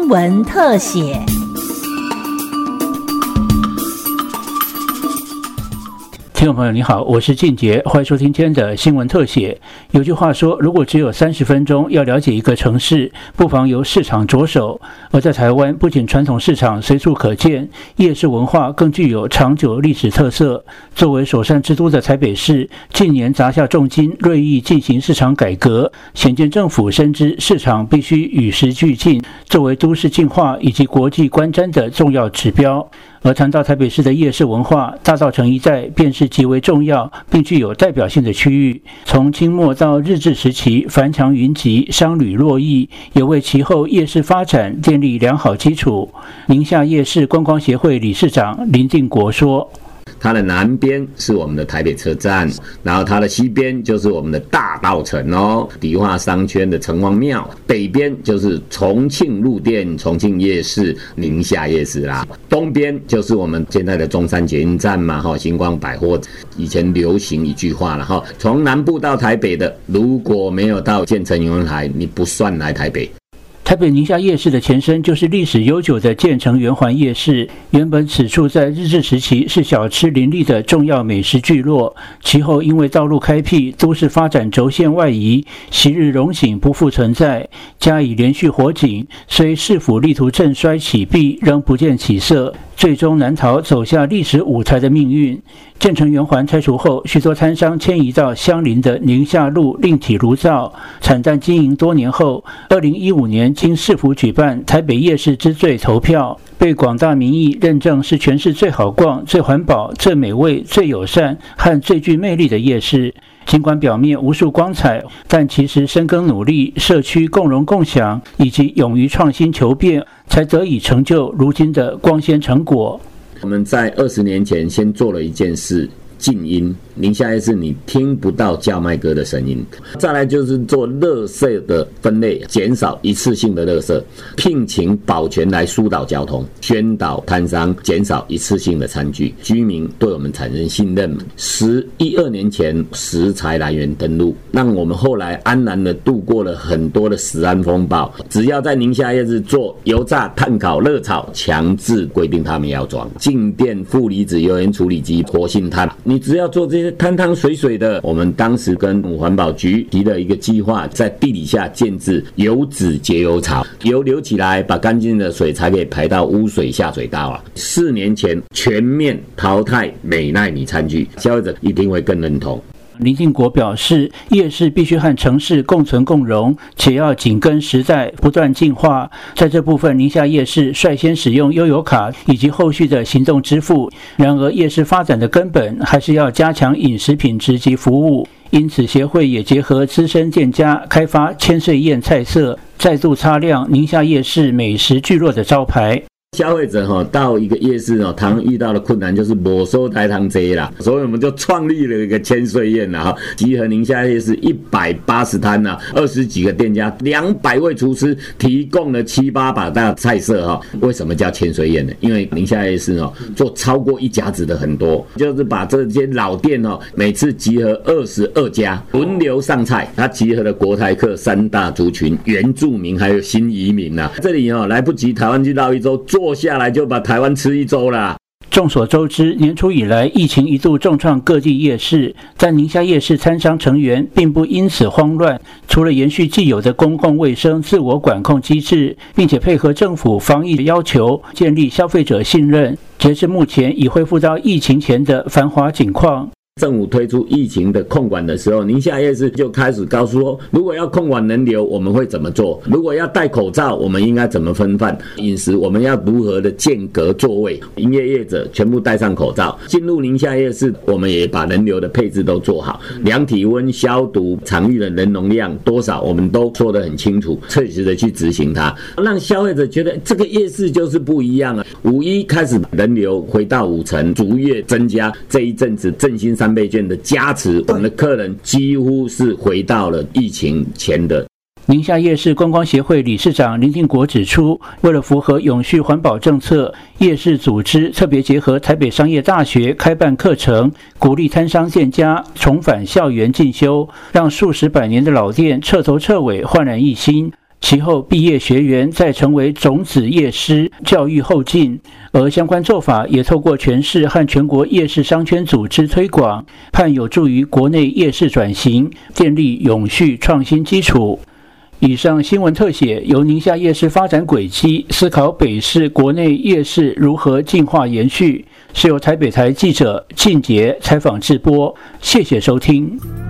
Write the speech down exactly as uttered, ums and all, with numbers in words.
新闻特写。 听众朋友你好，我是俊杰，欢迎收听今天的新闻特写。有句话说，如果只有三十分钟要了解一个城市，不妨由市场着手。而在台湾，不仅传统市场随处可见，夜市文化更具有长久历史特色。作为首善之都的台北市，近年砸下重金，锐意进行市场改革，显见政府深知市场必须与时俱进，作为都市进化以及国际观瞻的重要指标。而谈到台北市的夜市文化，大稻埕一带便是极为重要并具有代表性的区域。从清末到日治时期，繁强云集，商旅络绎，也为其后夜市发展建立良好基础。宁夏夜市观光协会理事长林定国说， 它的南边是我们的台北车站，然后它的西边就是我们的大稻埕哦，迪化商圈的城隍庙，北边就是重庆路店、重庆夜市、宁夏夜市啦，东边就是我们现在的中山捷运站嘛，哈，星光百货。以前流行一句话了哈，从南部到台北的，如果没有到建成圆环，你不算来台北。 台北宁夏夜市的前身就是历史悠久的建成圆环夜市，原本此处在日治时期是小吃林立的重要美食聚落，其后因为道路开辟、都市发展轴线外移，昔日荣景不复存在，加以连续火警，虽市府力图振衰起弊，仍不见起色，最终难逃走下历史舞台的命运。建成圆环拆除后，许多摊商迁移到相邻的宁夏路另体炉灶，惨淡经营多年后，二零一五年经市府举办台北夜市之最投票，被广大民意认证是全市最好逛、最环保、最美味、最友善和最具魅力的夜市。尽管表面无数光彩，但其实深耕努力、社区共荣共享以及勇于创新求变，才得以成就如今的光鲜成果。 我们在二十年前先做了一件事，静音。宁夏夜市你听不到叫卖哥的声音。再来就是做垃圾的分类，减少一次性的垃圾，聘请保全来疏导交通，宣导摊商减少一次性的餐具，居民对我们产生信任。十一二年前食材来源登录，让我们后来安然的度过了很多的食安风暴。只要在宁夏夜市做油炸、炭烤、热炒，强制规定他们要装静电负离子油烟处理机、活性炭，你只要做这些汤汤水水的。我们当时跟环保局提了一个计划，在地底下建置油脂节油槽，油流起来，把干净的水才可以排到污水下水道啊。四年前全面淘汰美奈米餐具，消费者一定会更认同。 林定国表示，夜市必须和城市共存共荣，且要紧跟时代，不断进化。在这部分，宁夏夜市率先使用悠游卡以及后续的行动支付。然而，夜市发展的根本还是要加强饮食品质及服务。因此，协会也结合资深店家，开发千岁宴菜色，再度擦亮宁夏夜市美食聚落的招牌。 消费者哈到一个夜市哦，常遇到的困难就是没收台糖这啦，所以我们就创立了一个千岁宴啦哈，集合宁夏夜市一百八十摊呐，二十几个店家，两百位厨师，提供了七八把大菜色哈。为什么叫千岁宴呢？因为宁夏夜市哦做超过一甲子的很多，就是把这些老店哦，每次集合二十二家轮流上菜，它集合了国台客三大族群，原住民还有新移民呐、啊。这里哦来不及台湾去绕一周。坐下来就把台湾吃一周啦。 众所周知，年初以来，疫情一度重创各地夜市，但宁夏夜市摊商成员并不因此慌乱。除了延续既有的公共卫生自我管控机制，并且配合政府防疫要求，建立消费者信任，截至目前已恢复到疫情前的繁华景况。 政府推出疫情的控管的时候，宁夏夜市就开始告诉说，如果要控管人流，我们会怎么做？如果要戴口罩，我们应该怎么分饭？饮食我们要如何的间隔座位？营业业者全部戴上口罩。进入宁夏夜市，我们也把人流的配置都做好，量体温、消毒、场域的人容量多少，我们都说得很清楚，彻底的去执行它，让消费者觉得这个夜市就是不一样啊。五一开始人流回到五成，逐月增加，这一阵子振兴三倍券的加持，我们的客人几乎是回到了疫情前的。 宁夏夜市观光协会理事长林定国指出，为了符合永续环保政策，夜市组织特别结合台北商业大学开办课程，鼓励摊商店家重返校园进修，让数十百年的老店彻头彻尾焕然一新。 其后毕业学员再成为种子夜师，教育后进，而相关做法也透过全市和全国夜市商圈组织推广，盼有助于国内夜市转型，建立永续创新基础。以上新闻特写由宁夏夜市发展轨迹思考北市国内夜市如何进化延续，是由台北台记者靳杰采访制播，谢谢收听。